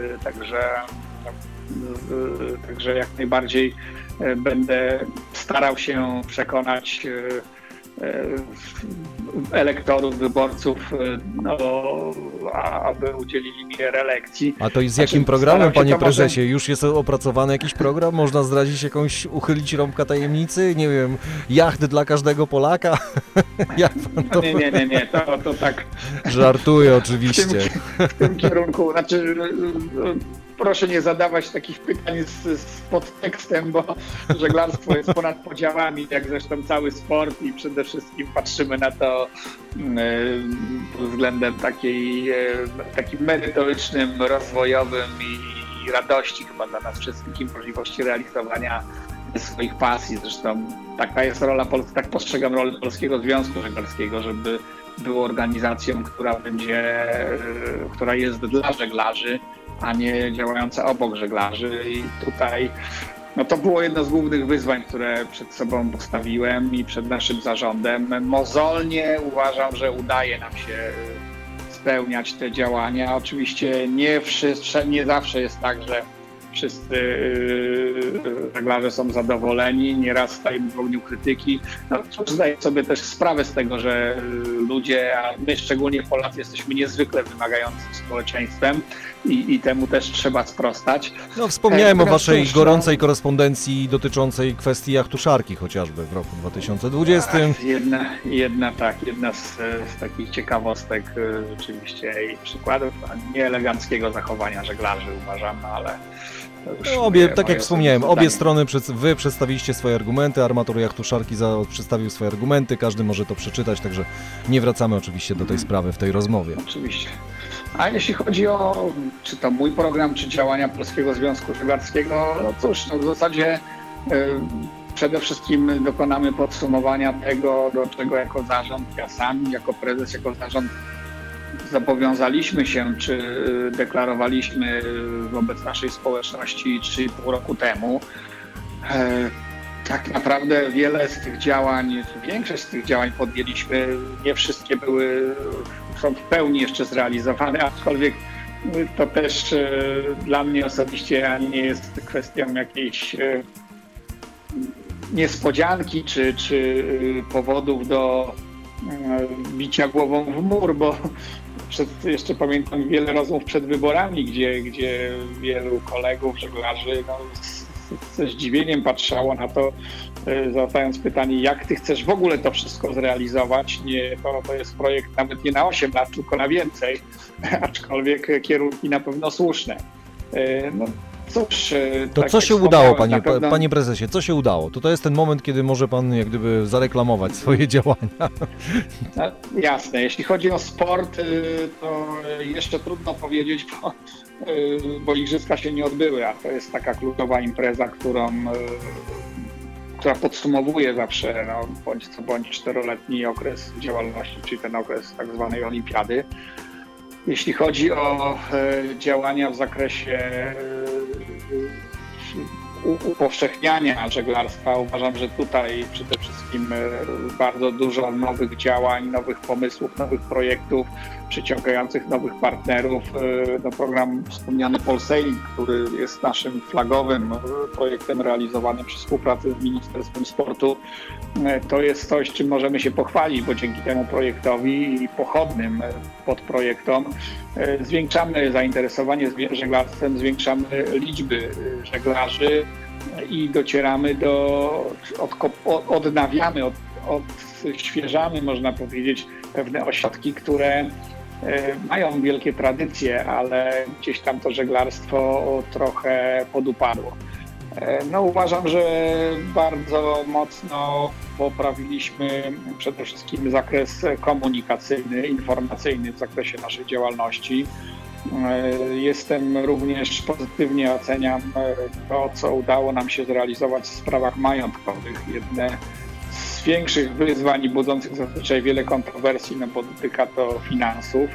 także jak najbardziej będę starał się przekonać elektorów, wyborców, aby udzielili mi reelekcji. A to i z jakim programem, panie prezesie? Już jest opracowany jakiś program? Można zdradzić uchylić rąbka tajemnicy? Nie wiem, jacht dla każdego Polaka? Jak pan to... Nie, to tak... Żartuję oczywiście. W tym kierunku, znaczy... Proszę nie zadawać takich pytań z podtekstem, bo żeglarstwo jest ponad podziałami, jak zresztą cały sport i przede wszystkim patrzymy na to pod względem takim merytorycznym, rozwojowym i radości chyba dla nas wszystkich i możliwości realizowania swoich pasji. Zresztą taka jest rola, tak postrzegam rolę Polskiego Związku Żeglarskiego, żeby było organizacją, która jest dla żeglarzy, a nie działająca obok żeglarzy. I tutaj to było jedno z głównych wyzwań, które przed sobą postawiłem i przed naszym zarządem. Mozolnie uważam, że udaje nam się spełniać te działania. Oczywiście nie zawsze jest tak, że wszyscy żeglarze są zadowoleni, nieraz stajemy w ogniu krytyki. Zdaję sobie też sprawę z tego, że ludzie, a my szczególnie Polacy, jesteśmy niezwykle wymagającym społeczeństwem i temu też trzeba sprostać. Wspomniałem o waszej gorącej korespondencji dotyczącej kwestii jachtuszarki chociażby w roku 2020. Jedna z takich ciekawostek rzeczywiście i przykładów nieeleganckiego zachowania żeglarzy uważam, ale tak jak wspomniałem, obie strony, wy przedstawiliście swoje argumenty, armator jachtuszarki przedstawił swoje argumenty, każdy może to przeczytać, także nie wracamy oczywiście do tej sprawy w tej rozmowie. Oczywiście. A jeśli chodzi o czy to mój program, czy działania Polskiego Związku Żeglarskiego, w zasadzie przede wszystkim dokonamy podsumowania tego, do czego jako zarząd, ja sam, jako prezes, jako zarząd zobowiązaliśmy się, czy deklarowaliśmy wobec naszej społeczności 3,5 roku temu. Tak naprawdę większość z tych działań podjęliśmy, nie wszystkie są w pełni jeszcze zrealizowane, aczkolwiek to też dla mnie osobiście ani nie jest kwestią jakiejś niespodzianki czy powodów do bicia głową w mur, bo jeszcze pamiętam wiele rozmów przed wyborami, gdzie wielu kolegów, żeglarzy ze zdziwieniem patrzało na to, zadając pytanie, jak ty chcesz w ogóle to wszystko zrealizować. To jest projekt nawet nie na 8 lat, tylko na więcej, aczkolwiek kierunki na pewno słuszne. Cóż, to co się udało, panie prezesie, co się udało? To jest ten moment, kiedy może pan jak gdyby zareklamować swoje działania. Jasne, jeśli chodzi o sport, to jeszcze trudno powiedzieć, bo igrzyska się nie odbyły, a to jest taka kluczowa impreza, która podsumowuje zawsze bądź co bądź 4-letni okres działalności, czyli ten okres tak zwanej olimpiady. Jeśli chodzi o działania w zakresie upowszechniania żeglarstwa, uważam, że tutaj przede wszystkim bardzo dużo nowych działań, nowych pomysłów, nowych projektów przyciągających nowych partnerów. Program wspomniany Polsailing, który jest naszym flagowym projektem realizowanym przy współpracy z Ministerstwem Sportu. To jest coś, czym możemy się pochwalić, bo dzięki temu projektowi i pochodnym podprojektom zwiększamy zainteresowanie żeglarstwem, zwiększamy liczby żeglarzy i docieramy odnawiamy, odświeżamy, można powiedzieć, pewne ośrodki, które mają wielkie tradycje, ale gdzieś tam to żeglarstwo trochę podupadło. Uważam, że bardzo mocno poprawiliśmy przede wszystkim zakres komunikacyjny, informacyjny w zakresie naszej działalności. Również pozytywnie oceniam to, co udało nam się zrealizować w sprawach majątkowych. Jedne z większych wyzwań budzących zazwyczaj wiele kontrowersji, bo dotyka to finansów.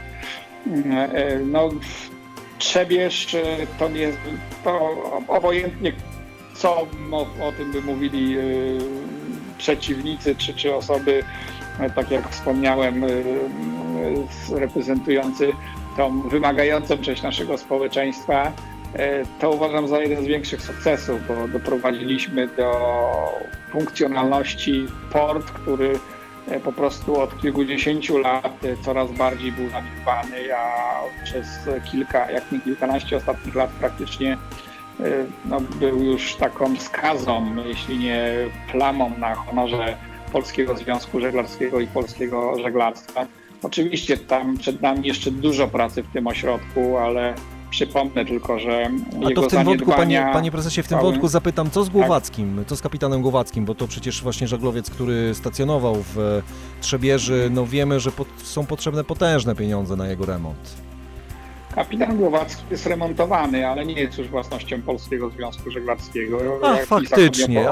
Trzebież to nie jest, to obojętnie co o tym by mówili przeciwnicy czy osoby, tak jak wspomniałem, reprezentujący tą wymagającą część naszego społeczeństwa, to uważam za jeden z większych sukcesów, bo doprowadziliśmy do funkcjonalności port, który po prostu od kilkudziesięciu lat coraz bardziej był zaniedbany, a przez jak nie kilkanaście ostatnich lat praktycznie był już taką skazą, jeśli nie plamą na honorze Polskiego Związku Żeglarskiego i polskiego żeglarstwa. Oczywiście tam przed nami jeszcze dużo pracy w tym ośrodku, ale przypomnę tylko, że to w tym wątku, panie prezesie, w tym wątku zapytam, co z Głowackim, co z kapitanem Głowackim, bo to przecież właśnie żaglowiec, który stacjonował w Trzebieży, wiemy, że są potrzebne potężne pieniądze na jego remont. Kapitan Głowacki jest remontowany, ale nie jest już własnością Polskiego Związku Żeglarskiego. Faktycznie.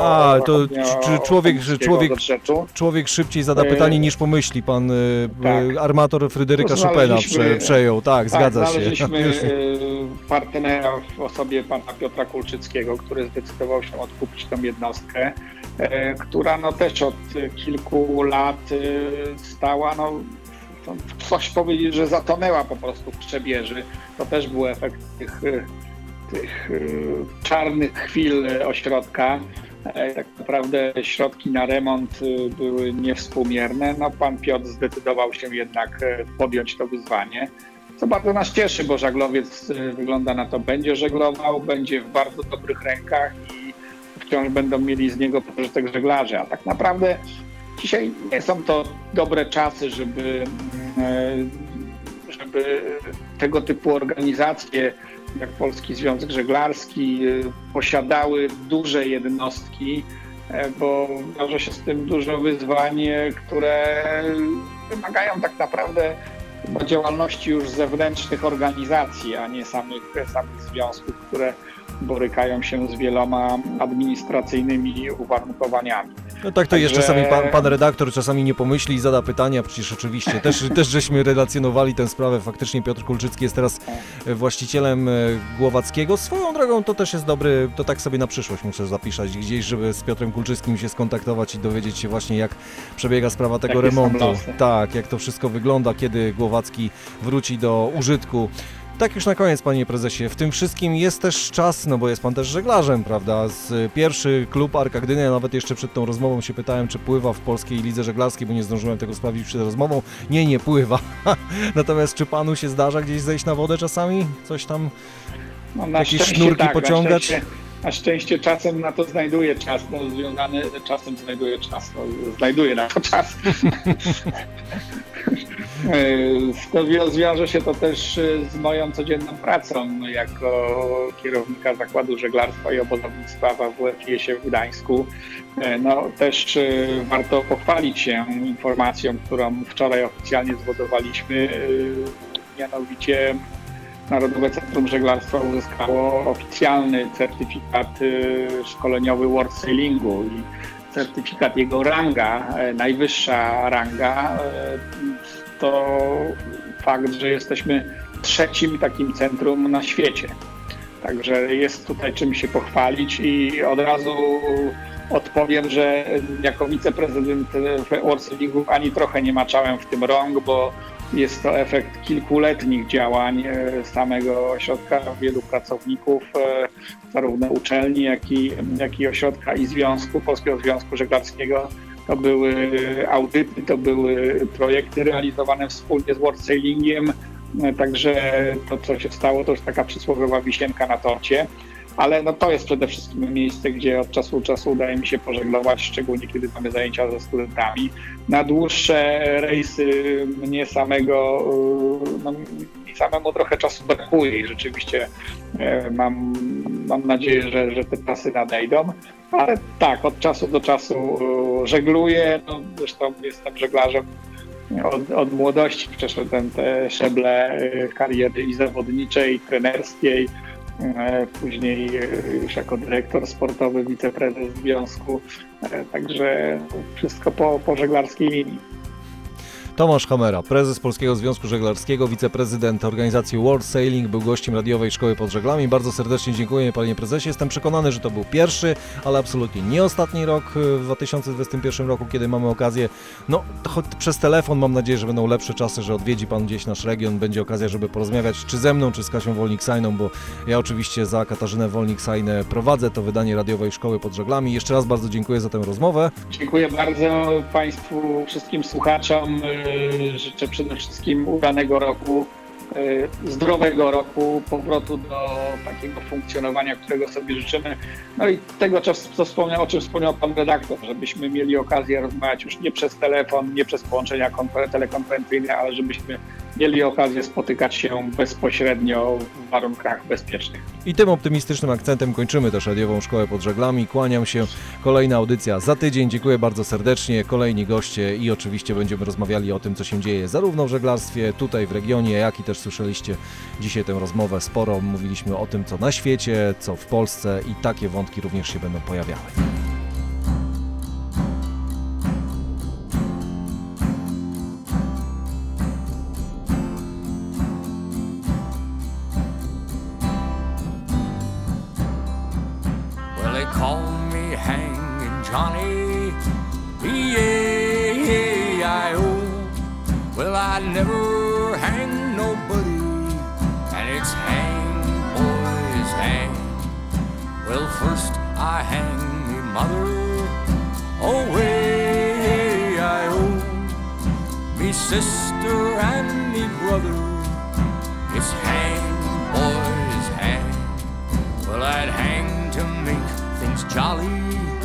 Człowiek szybciej zada pytanie niż pomyśli. Pan armator Fryderyka Chopina przejął. Tak, zgadza się. Znaleźliśmy partnera w osobie pana Piotra Kulczyckiego, który zdecydował się odkupić tą jednostkę, która też od kilku lat stała, coś powiedzieć, że zatonęła po prostu w Trzebieży. To też był efekt tych czarnych chwil ośrodka. Tak naprawdę środki na remont były niewspółmierne. Pan Piotr zdecydował się jednak podjąć to wyzwanie, co bardzo nas cieszy, bo żaglowiec wygląda na to, będzie żeglował, będzie w bardzo dobrych rękach i wciąż będą mieli z niego pożytek żeglarze. A tak naprawdę dzisiaj nie są to dobre czasy, żeby tego typu organizacje jak Polski Związek Żeglarski posiadały duże jednostki, bo wiąże się z tym dużo wyzwań, które wymagają tak naprawdę działalności już zewnętrznych organizacji, a nie samych związków, które borykają się z wieloma administracyjnymi uwarunkowaniami. Tak to jest. Czasami pan redaktor czasami nie pomyśli i zada pytania, przecież oczywiście też żeśmy relacjonowali tę sprawę. Faktycznie Piotr Kulczycki jest teraz właścicielem Głowackiego. Swoją drogą to też jest dobry, to tak sobie na przyszłość muszę zapisać gdzieś, żeby z Piotrem Kulczyckim się skontaktować i dowiedzieć się właśnie, jak przebiega sprawa tego remontu. Tak, jak to wszystko wygląda, kiedy Głowacki wróci do użytku. Tak już na koniec, panie prezesie, w tym wszystkim jest też czas, bo jest pan też żeglarzem, prawda? Pierwszy klub Arka Gdynia, ja nawet jeszcze przed tą rozmową się pytałem, czy pływa w Polskiej Lidze Żeglarskiej, bo nie zdążyłem tego sprawdzić przed rozmową. Nie pływa. Natomiast czy panu się zdarza gdzieś zejść na wodę czasami? Coś tam, jakieś sznurki pociągać? Na szczęście czasem na to znajduję czas, znajduję na to czas. Wiąże się to też z moją codzienną pracą jako kierownika Zakładu Żeglarstwa i Obozownictwa WWF-ie w Gdańsku. Też warto pochwalić się informacją, którą wczoraj oficjalnie zwodowaliśmy, mianowicie Narodowe Centrum Żeglarstwa uzyskało oficjalny certyfikat szkoleniowy World Sailingu i certyfikat jego ranga, najwyższa ranga, to fakt, że jesteśmy trzecim takim centrum na świecie. Także jest tutaj czym się pochwalić i od razu odpowiem, że jako wiceprezydent World Sailingu ani trochę nie maczałem w tym rąk, bo jest to efekt kilkuletnich działań samego ośrodka, wielu pracowników, zarówno uczelni, jak i ośrodka i związku, Polskiego Związku Żeglarskiego. To były audyty, to były projekty realizowane wspólnie z World Sailingiem, także to, co się stało, to już taka przysłowiowa wisienka na torcie. Ale to jest przede wszystkim miejsce, gdzie od czasu do czasu udaje mi się pożeglować, szczególnie kiedy mamy zajęcia ze studentami. Na dłuższe rejsy mnie samego, mi samemu trochę czasu brakuje i rzeczywiście mam nadzieję, że te czasy nadejdą. Ale tak, od czasu do czasu żegluję, zresztą jestem żeglarzem od młodości, przeszedłem te szczeble kariery i zawodniczej, i trenerskiej. Później już jako dyrektor sportowy, wiceprezes związku, także wszystko po żeglarskiej linii. Tomasz Hamera, prezes Polskiego Związku Żeglarskiego, wiceprezydent organizacji World Sailing, był gościem radiowej Szkoły pod Żeglami. Bardzo serdecznie dziękuję, panie prezesie. Jestem przekonany, że to był pierwszy, ale absolutnie nie ostatni rok w 2021 roku, kiedy mamy okazję, choć przez telefon, mam nadzieję, że będą lepsze czasy, że odwiedzi pan gdzieś nasz region, będzie okazja, żeby porozmawiać czy ze mną, czy z Kasią Wolnik-Sajną, bo ja oczywiście za Katarzynę Wolnik-Sajnę prowadzę to wydanie radiowej Szkoły pod Żeglami. Jeszcze raz bardzo dziękuję za tę rozmowę. Dziękuję bardzo państwu, wszystkim słuchaczom. Życzę przede wszystkim udanego roku, zdrowego roku, powrotu do takiego funkcjonowania, którego sobie życzymy. No i tego, o czym wspomniał pan redaktor, żebyśmy mieli okazję rozmawiać już nie przez telefon, nie przez połączenia telekonferencyjne, ale żebyśmy mieli okazję spotykać się bezpośrednio w warunkach bezpiecznych. I tym optymistycznym akcentem kończymy też radiową Szkołę pod Żeglami. Kłaniam się. Kolejna audycja za tydzień. Dziękuję bardzo serdecznie. Kolejni goście i oczywiście będziemy rozmawiali o tym, co się dzieje zarówno w żeglarstwie tutaj w regionie, jak i też słyszeliście dzisiaj tę rozmowę. Sporo mówiliśmy o tym, co na świecie, co w Polsce i takie wątki również się będą pojawiały. I never hang nobody, and it's hang, boys, hang. Well, first I hang me mother, away I owe. Me sister and me brother, it's hang, boys, hang. Well, I'd hang to make things jolly,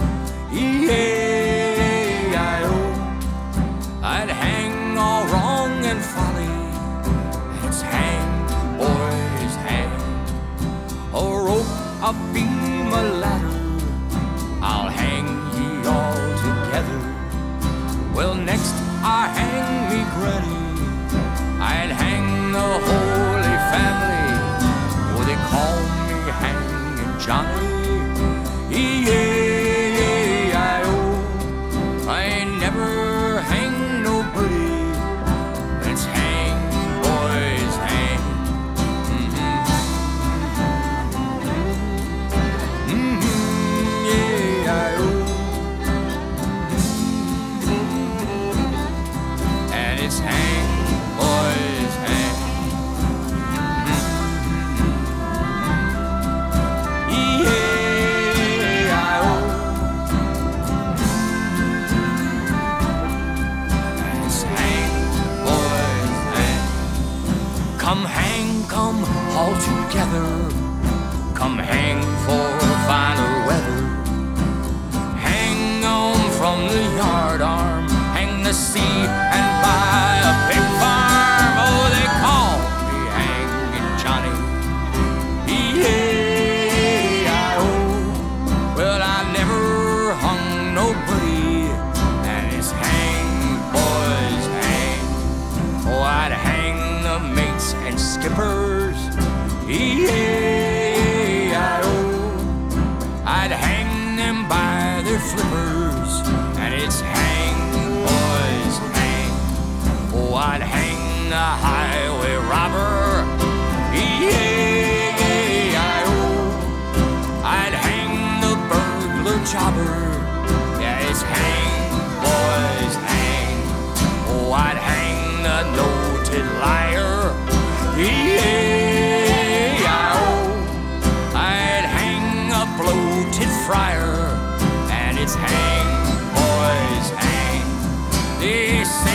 E-A-I-O. I'd hang all wrong and folly, it's hang, boys, hang. A rope, a beam, a ladder, I'll hang ye all together. Well, next I hang me granny, I'd hang the Holy Family. Oh, they call me Hanging Johnny, E-A-I-O. I ain't never hang nobody, let's hang, boys, hang. Yeah, and it's hang, boys, hang. E-A-I-O. Come hang, come all together, come hang for finer weather. Hang on from the yard arm, hang the sea and buy a pig farm. Oh, they call me Hanging Johnny, E-A-I-O. Well, I never hung nobody, and it's hang, boys, hang. Oh, I'd hang the mates and skippers, E-A-I-O. I'd hang them by their flippers, and it's hang, boys, hang. Oh, I'd hang the highway robber, E-A-I-O. I'd hang the burglar jobber, yeah, it's hang, boys, hang. Oh, I'd hang the noted friar, and it's hang, boys, hang. They